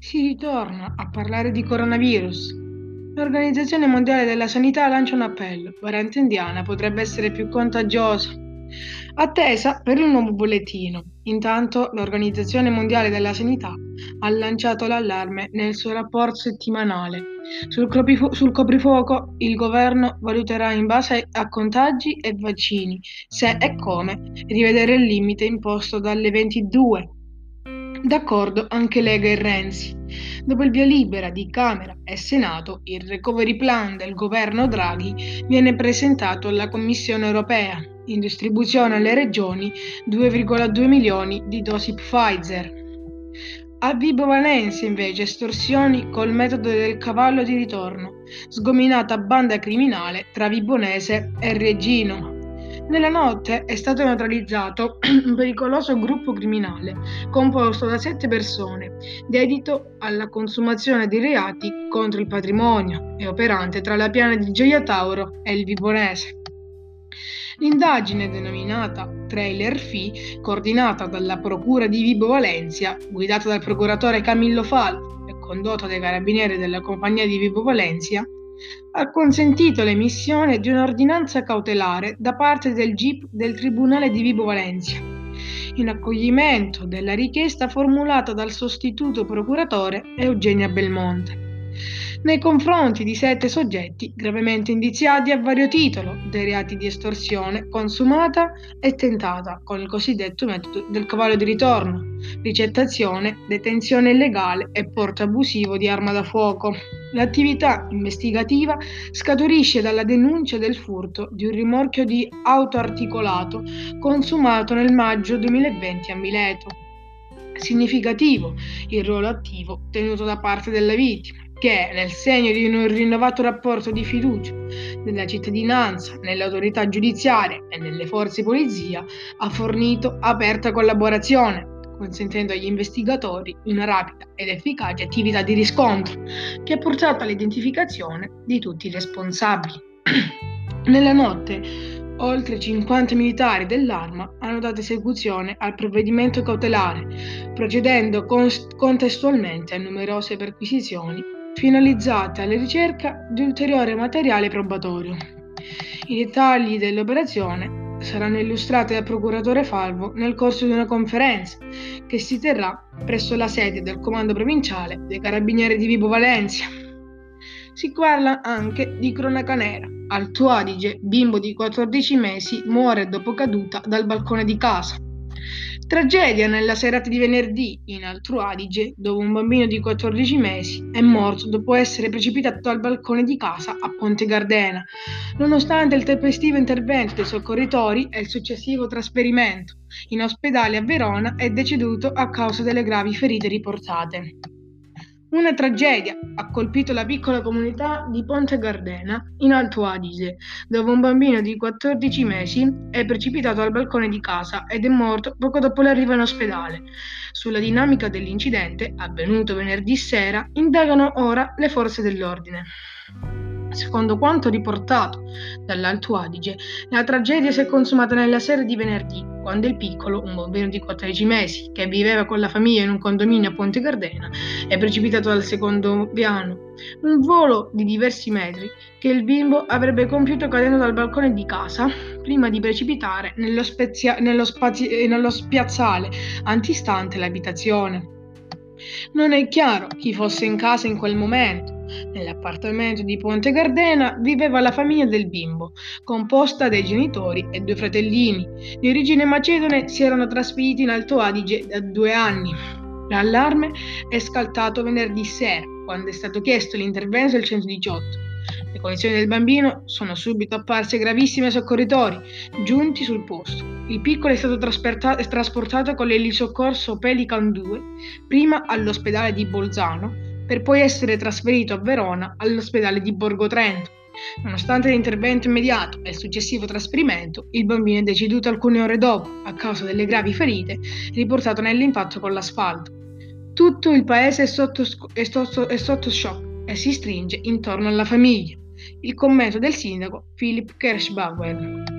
Si ritorna a parlare di coronavirus. L'Organizzazione Mondiale della Sanità lancia un appello. Variante indiana potrebbe essere più contagiosa. Attesa per il nuovo bollettino. Intanto l'Organizzazione Mondiale della Sanità ha lanciato l'allarme nel suo rapporto settimanale. Sul coprifuoco il governo valuterà in base a contagi e vaccini se e come rivedere il limite imposto dalle 22. D'accordo anche Lega e Renzi. Dopo il via libera di Camera e Senato, il recovery plan del governo Draghi viene presentato alla Commissione europea, in distribuzione alle regioni 2,2 milioni di dosi Pfizer. A Vibo Valentia invece estorsioni col metodo del cavallo di ritorno, sgominata banda criminale tra Vibonese e Reggino. Nella notte è stato neutralizzato un pericoloso gruppo criminale composto da 7 persone, dedito alla consumazione di reati contro il patrimonio e operante tra la piana di Gioia Tauro e il Vibonese. L'indagine, denominata Trailer Fee, coordinata dalla Procura di Vibo Valentia, guidata dal procuratore Camillo Falvo e condotta dai carabinieri della Compagnia di Vibo Valentia, ha consentito l'emissione di un'ordinanza cautelare da parte del GIP del Tribunale di Vibo Valentia, in accoglimento della richiesta formulata dal sostituto procuratore Eugenia Belmonte, nei confronti di 7 soggetti gravemente indiziati a vario titolo dei reati di estorsione consumata e tentata con il cosiddetto metodo del cavallo di ritorno, ricettazione, detenzione illegale e porto abusivo di arma da fuoco. L'attività investigativa scaturisce dalla denuncia del furto di un rimorchio di autoarticolato consumato nel maggio 2020 a Mileto. Significativo il ruolo attivo tenuto da parte della vittima, che, nel segno di un rinnovato rapporto di fiducia della cittadinanza nell'autorità giudiziaria e nelle forze di polizia, ha fornito aperta collaborazione, consentendo agli investigatori una rapida ed efficace attività di riscontro, che ha portato all'identificazione di tutti i responsabili. Nella notte, oltre 50 militari dell'Arma hanno dato esecuzione al provvedimento cautelare, procedendo contestualmente a numerose perquisizioni finalizzate alla ricerca di ulteriore materiale probatorio. I dettagli dell'operazione saranno illustrati dal procuratore Falvo nel corso di una conferenza che si terrà presso la sede del Comando Provinciale dei Carabinieri di Vibo Valentia. Si parla anche di cronaca nera. Alto Adige, bimbo di 14 mesi, muore dopo caduta dal balcone di casa. Tragedia nella serata di venerdì in Alto Adige, dove un bambino di 14 mesi è morto dopo essere precipitato dal balcone di casa a Ponte Gardena, nonostante il tempestivo intervento dei soccorritori e il successivo trasferimento in ospedale a Verona. È deceduto a causa delle gravi ferite riportate. Una tragedia ha colpito la piccola comunità di Ponte Gardena, in Alto Adige, dove un bambino di 14 mesi è precipitato dal balcone di casa ed è morto poco dopo l'arrivo in ospedale. Sulla dinamica dell'incidente, avvenuto venerdì sera, indagano ora le forze dell'ordine. Secondo quanto riportato dall'Alto Adige, la tragedia si è consumata nella sera di venerdì, quando il piccolo, un bambino di 14 mesi, che viveva con la famiglia in un condominio a Ponte Gardena, è precipitato dal secondo piano, un volo di diversi metri che il bimbo avrebbe compiuto cadendo dal balcone di casa prima di precipitare nello spiazzale antistante l'abitazione. Non è chiaro chi fosse in casa in quel momento. Nell'appartamento di Ponte Gardena viveva la famiglia del bimbo, composta dai genitori e 2 fratellini. Di origine macedone, si erano trasferiti in Alto Adige da 2 anni. L'allarme è scaltato venerdì sera, quando è stato chiesto l'intervento del 118. Le condizioni del bambino sono subito apparse gravissime ai soccorritori, giunti sul posto. Il piccolo è stato trasportato con l'elisoccorso Pelican 2, prima all'ospedale di Bolzano, per poi essere trasferito a Verona all'ospedale di Borgo Trento. Nonostante l'intervento immediato e il successivo trasferimento, il bambino è deceduto alcune ore dopo, a causa delle gravi ferite riportate nell'impatto con l'asfalto. Tutto il paese è sotto shock e si stringe intorno alla famiglia. Il commento del sindaco Philipp Kerschbauer.